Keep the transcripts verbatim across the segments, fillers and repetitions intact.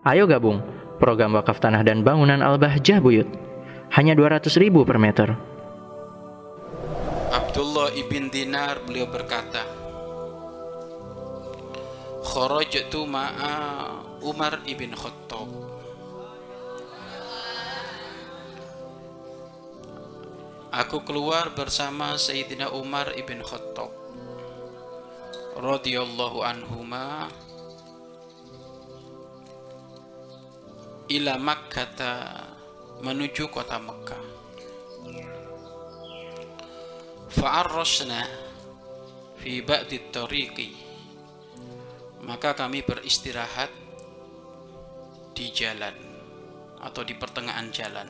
Ayo gabung program wakaf tanah dan bangunan Al-Bahjah Buyut. Hanya dua ratus ribu per meter. Abdullah ibn Dinar beliau berkata, kharajtu ma'a Umar ibn Khattab. Aku keluar bersama Sayyidina Umar ibn Khattab radhiyallahu anhuma ila Makkah, menuju kota Mekah. Fa'arrasna fi ba'di tariqi, maka kami beristirahat di jalan atau di pertengahan jalan.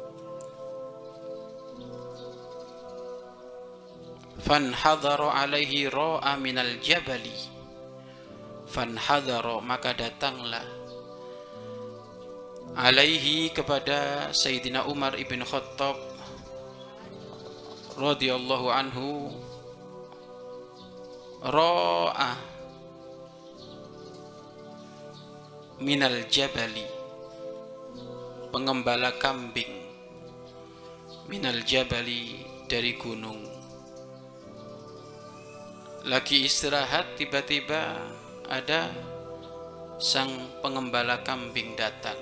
Fanhadhara alaihi ra'a minal jabali, fanhadhara maka datanglah alaihi kepada Sayyidina Umar ibn Khattab radhiyallahu anhu ra'a minal jabali, pengembala kambing, minal jabali dari gunung. Lagi istirahat, tiba-tiba ada sang pengembala kambing datang.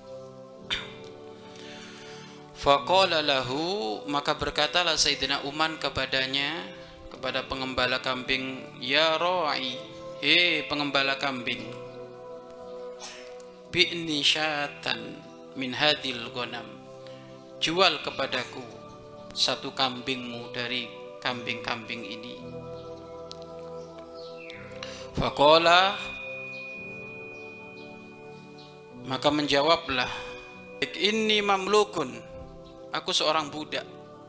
Faqala lahu, maka berkatalah Sayyidina Umar kepadanya, kepada pengembala kambing, ya ra'i, hei pengembala kambing, bi'ni syatan min hadil ghanam, jual kepadaku satu kambingmu dari kambing-kambing ini. Faqala, maka menjawablah, inni mamlukun, aku seorang budak.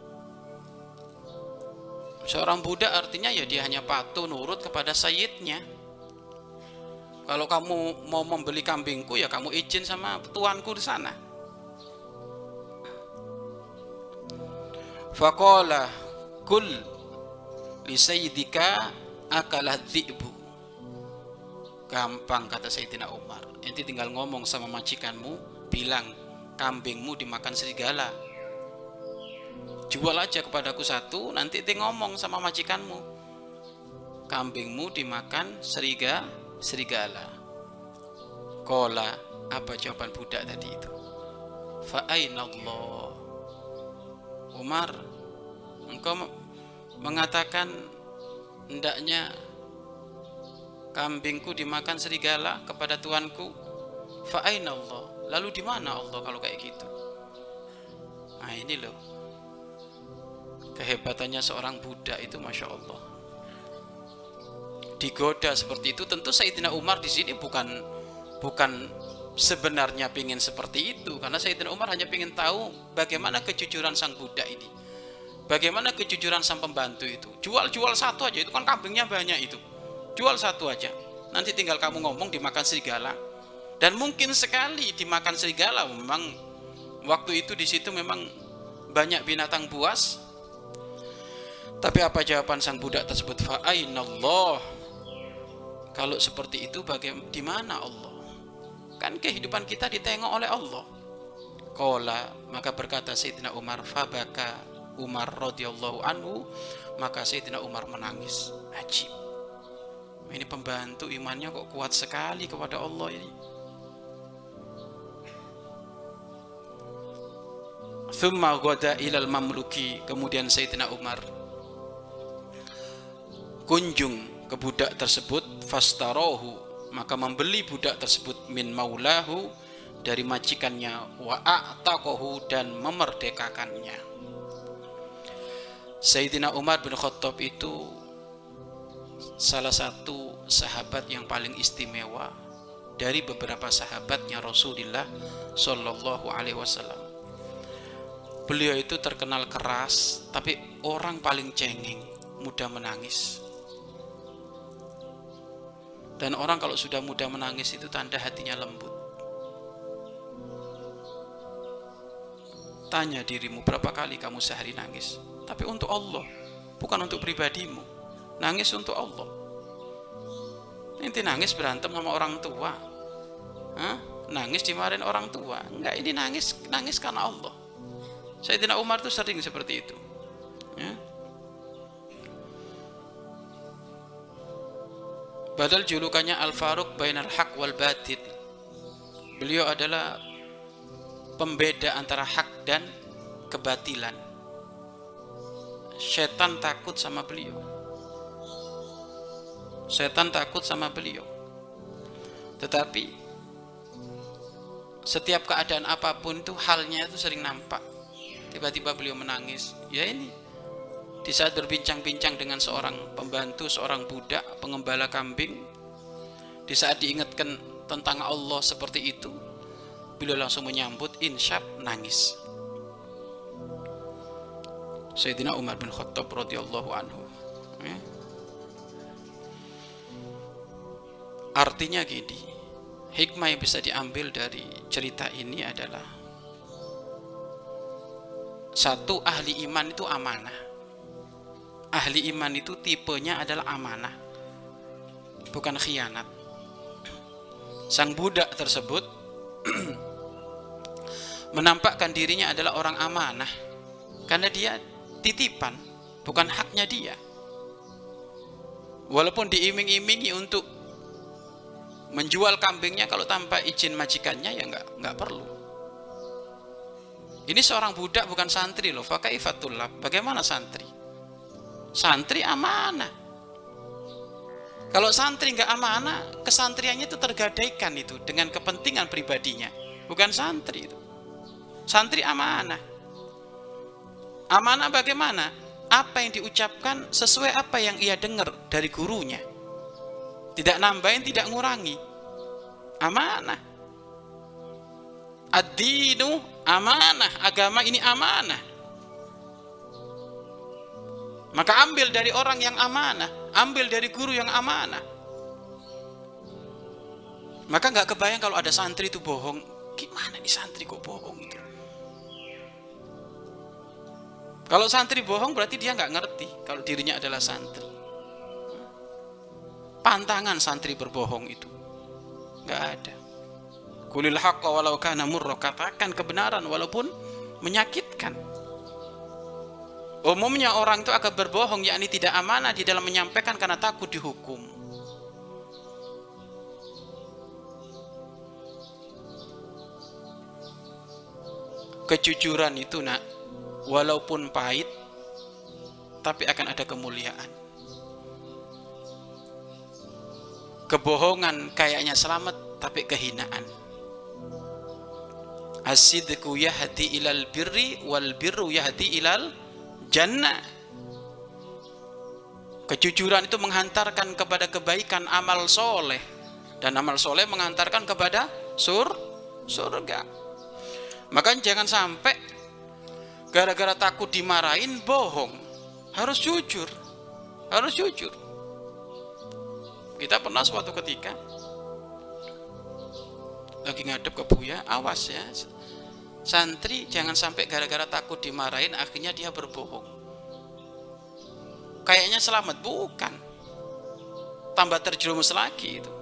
Seorang budak artinya ya dia hanya patuh nurut kepada sayyidnya. Kalau kamu mau membeli kambingku ya kamu izin sama tuanku di sana. Faqala kul li sayyidika akalah dhi'bu. Gampang, kata Sayyidina Umar, ente tinggal ngomong sama majikanmu, bilang kambingmu dimakan serigala. Jual aja kepadaku satu, nanti ente ngomong sama majikanmu, kambingmu dimakan seriga serigala. Qala, apa jawaban budak tadi itu? Fa ainallah. Umar, engkau mengatakan hendaknya kambingku dimakan serigala kepada tuanku. Fa ainallah, lalu di mana Allah kalau kayak gitu? Nah ini loh kehebatannya seorang budak itu, masya Allah. Digoda seperti itu, tentu Sayyidina Umar di sini bukan bukan sebenarnya pingin seperti itu, karena Sayyidina Umar hanya pingin tahu bagaimana kejujuran sang budak ini, bagaimana kejujuran sang pembantu itu. Jual-jual satu aja, itu kan kambingnya banyak itu. Jual satu aja, nanti tinggal kamu ngomong dimakan serigala. Dan mungkin sekali dimakan serigala, memang waktu itu di situ memang banyak binatang buas. Tapi apa jawaban sang budak tersebut? Fa ainallah. Kalau seperti itu bagaimana, di mana Allah? Kan kehidupan kita ditengok oleh Allah. Qala, maka berkata Sayyidina Umar, fabaka Umar radhiyallahu anhu, maka Sayyidina Umar menangis. Ajib. Ini pembantu imannya kok kuat sekali kepada Allah ini. Thumma ghada ilal mamluki, kemudian Sayyidina Umar kunjung ke budak tersebut. Fastarahu, maka membeli budak tersebut, min maulahu, dari majikannya, wa a'taqahu, dan memerdekakannya. Sayyidina Umar bin Khattab itu salah satu sahabat yang paling istimewa dari beberapa sahabatnya Rasulullah Shallallahu Alaihi Wasallam. Beliau itu terkenal keras, tapi orang paling cengeng, mudah menangis. Dan orang kalau sudah mudah menangis itu tanda hatinya lembut. Tanya dirimu, berapa kali kamu sehari nangis? Tapi untuk Allah, bukan untuk pribadimu. Nangis untuk Allah. Ente nangis berantem sama orang tua, Hah? nangis dimarahin orang tua. Enggak, ini nangis nangis karena Allah. Sayyidina Umar itu sering seperti itu. Ya. Padahal julukannya Al-Faruq bainal haq wal batil. Beliau adalah pembeda antara hak dan kebatilan. Setan takut sama beliau. Setan takut sama beliau. Tetapi setiap keadaan apapun itu halnya itu sering nampak. Tiba-tiba beliau menangis. Ya ini, di saat berbincang-bincang dengan seorang pembantu, seorang budak, pengembala kambing, di saat diingatkan tentang Allah seperti itu, beliau langsung menyambut, insyaf, nangis. Sayyidina Umar bin Khattab radhiyallahu anhu. Ya. Artinya gini, hikmah yang bisa diambil dari cerita ini adalah satu, ahli iman itu amanah. Ahli iman itu tipenya adalah amanah, bukan khianat. Sang budak tersebut menampakkan dirinya adalah orang amanah karena dia titipan, bukan haknya dia. Walaupun diiming-imingi untuk menjual kambingnya, kalau tanpa izin majikannya ya nggak nggak perlu. Ini seorang budak, bukan santri loh. Fakaifatullah, bagaimana santri? Santri amanah. Kalau santri nggak amanah, kesantriannya itu tergadaikan itu dengan kepentingan pribadinya, bukan santri itu. Santri amanah. Amanah bagaimana? Apa yang diucapkan sesuai apa yang ia dengar dari gurunya. Tidak nambahin, tidak ngurangi. Amanah. Ad-dinu amanah. Agama ini amanah. Maka ambil dari orang yang amanah, ambil dari guru yang amanah. Maka nggak kebayang kalau ada santri itu bohong. Gimana nih santri kok bohong itu? Kalau santri bohong berarti dia nggak ngerti kalau dirinya adalah santri. Pantangan santri berbohong itu nggak ada. Qulil haqqa walau kana murra, katakan kebenaran walaupun menyakitkan. Umumnya orang itu akan berbohong, yakni tidak amanah di dalam menyampaikan karena takut dihukum. Kejujuran itu nak, walaupun pahit tapi akan ada kemuliaan. Kebohongan kayaknya selamat tapi kehinaan. As-sidqu yahdi ilal birri wal birru yahdi ilal jannah. Kejujuran itu menghantarkan kepada kebaikan, amal soleh, dan amal soleh menghantarkan kepada sur surga. Maka jangan sampai gara-gara takut dimarahin bohong. Harus jujur, harus jujur. Kita pernah suatu ketika lagi ngadep ke Buya, awas ya, santri jangan sampai gara-gara takut dimarahin akhirnya dia berbohong. Kayaknya selamat, bukan, tambah terjerumus lagi itu.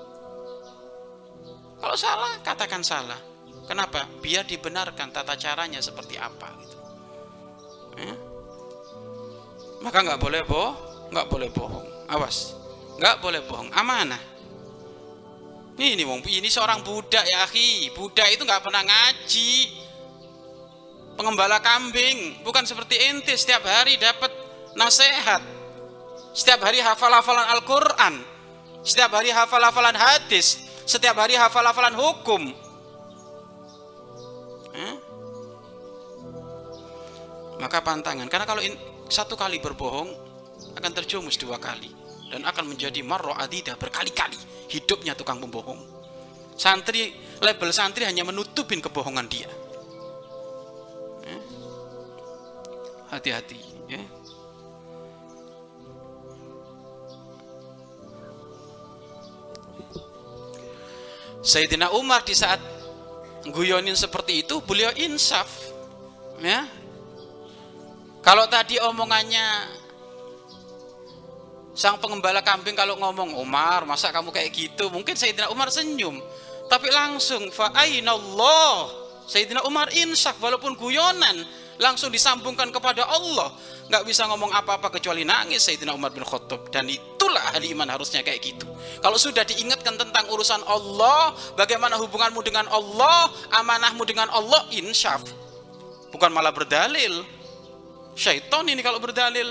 Kalau salah katakan salah. Kenapa? Biar dibenarkan tata caranya seperti apa gitu. Ya? Maka nggak boleh bohong, nggak boleh bohong. Awas, nggak boleh bohong, amanah. Ini wong, ini seorang budak ya akhi. Budak itu nggak pernah ngaji. Pengembala kambing, bukan seperti ente setiap hari dapat nasihat. Setiap hari hafal-hafalan Al-Qur'an. Setiap hari hafal-hafalan hadis. Setiap hari hafal-hafalan hukum. Eh? Maka pantangan, karena kalau in, satu kali berbohong akan terjumus dua kali dan akan menjadi marro adidah, berkali-kali hidupnya tukang pembohong. Santri, label santri hanya menutupin kebohongan dia. Eh? Hati-hati ya. Sayyidina Umar di saat guyonin seperti itu, beliau insaf ya. Kalau tadi omongannya sang pengembala kambing kalau ngomong, Umar masa kamu kayak gitu, mungkin Sayyidina Umar senyum. Tapi langsung fa ainallah. Sayyidina Umar insaf walaupun guyonan, langsung disambungkan kepada Allah. Nggak bisa ngomong apa-apa kecuali nangis Sayyidina Umar bin Khattab. Dan itulah ahli iman harusnya kayak gitu. Kalau sudah diingatkan tentang urusan Allah, bagaimana hubunganmu dengan Allah, amanahmu dengan Allah, insaf. Bukan malah berdalil. Syaitan ini kalau berdalil.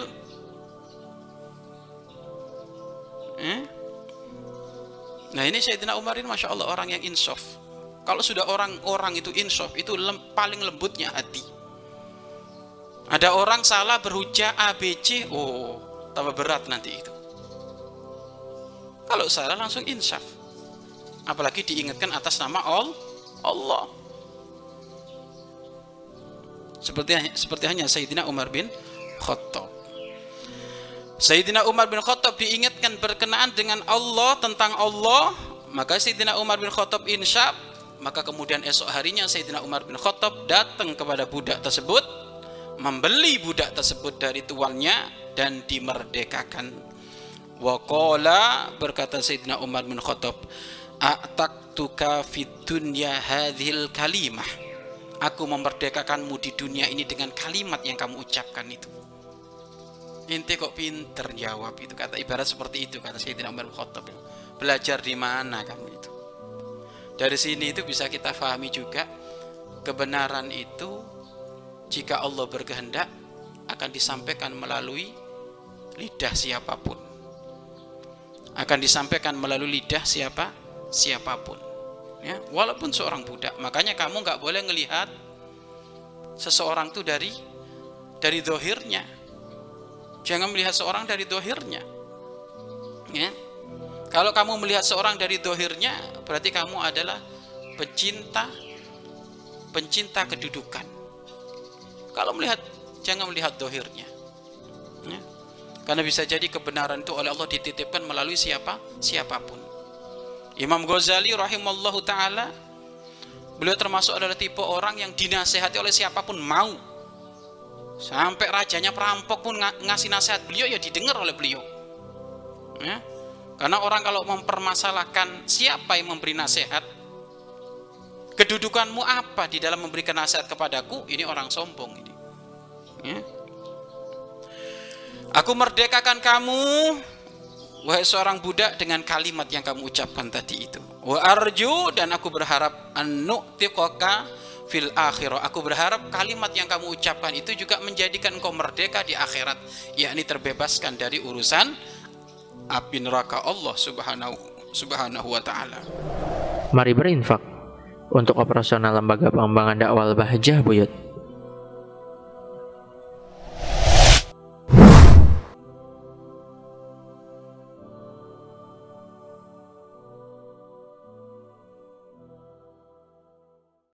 Eh? Nah ini Sayyidina Umar ini Masya Allah orang yang insaf. Kalau sudah orang-orang itu insaf, itu lem, paling lembutnya hati. Ada orang salah berhujah A, B, C, oh tambah berat nanti itu. Kalau salah langsung insaf. Apalagi diingatkan atas nama Allah. Seperti, seperti hanya Sayyidina Umar bin Khattab. Sayyidina Umar bin Khattab diingatkan berkenaan dengan Allah, tentang Allah, maka Sayyidina Umar bin Khattab insaf. Maka kemudian esok harinya Sayyidina Umar bin Khattab datang kepada budak tersebut, membeli budak tersebut dari tuannya dan dimerdekakan. Wa qala, berkata Sayyidina Umar bin Khattab, a'taqtuka fid dunya hadhil kalimah. Aku memerdekakanmu di dunia ini dengan kalimat yang kamu ucapkan itu. Inti kok pinter jawab itu, kata ibarat seperti itu kata Sayyidina Umar bin Khattab. Belajar di mana kamu itu? Dari sini itu bisa kita pahami juga kebenaran itu jika Allah berkehendak akan disampaikan melalui lidah siapapun. Akan disampaikan melalui lidah siapa siapapun. Ya, walaupun seorang budak. Makanya kamu nggak boleh ngelihat seseorang itu dari dari dohirnya. Jangan melihat seorang dari dohirnya. Ya. Kalau kamu melihat seorang dari dohirnya, berarti kamu adalah pencinta pencinta kedudukan. Kalau melihat, jangan melihat dohirnya. Ya. Karena bisa jadi kebenaran itu oleh Allah dititipkan melalui siapa? Siapapun. Imam Ghazali rahimallahu ta'ala, beliau termasuk adalah tipe orang yang dinasehati oleh siapapun mau. Sampai rajanya perampok pun ng ngasih nasihat beliau, ya didengar oleh beliau. Ya. Karena orang kalau mempermasalahkan siapa yang memberi nasihat, kedudukanmu apa di dalam memberikan nasihat kepadaku, ini orang sombong ini. Ya. Aku merdekakan kamu, wahai seorang budak, dengan kalimat yang kamu ucapkan tadi itu. Wa arju, dan aku berharap an-nu'tiqaka fil akhirah. Aku berharap kalimat yang kamu ucapkan itu juga menjadikan engkau merdeka di akhirat, yakni terbebaskan dari urusan api neraka Allah subhanahu subhanahu wa ta'ala. Mari berinfak untuk operasional lembaga pengembangan dakwah Al-Bahjah Buyut.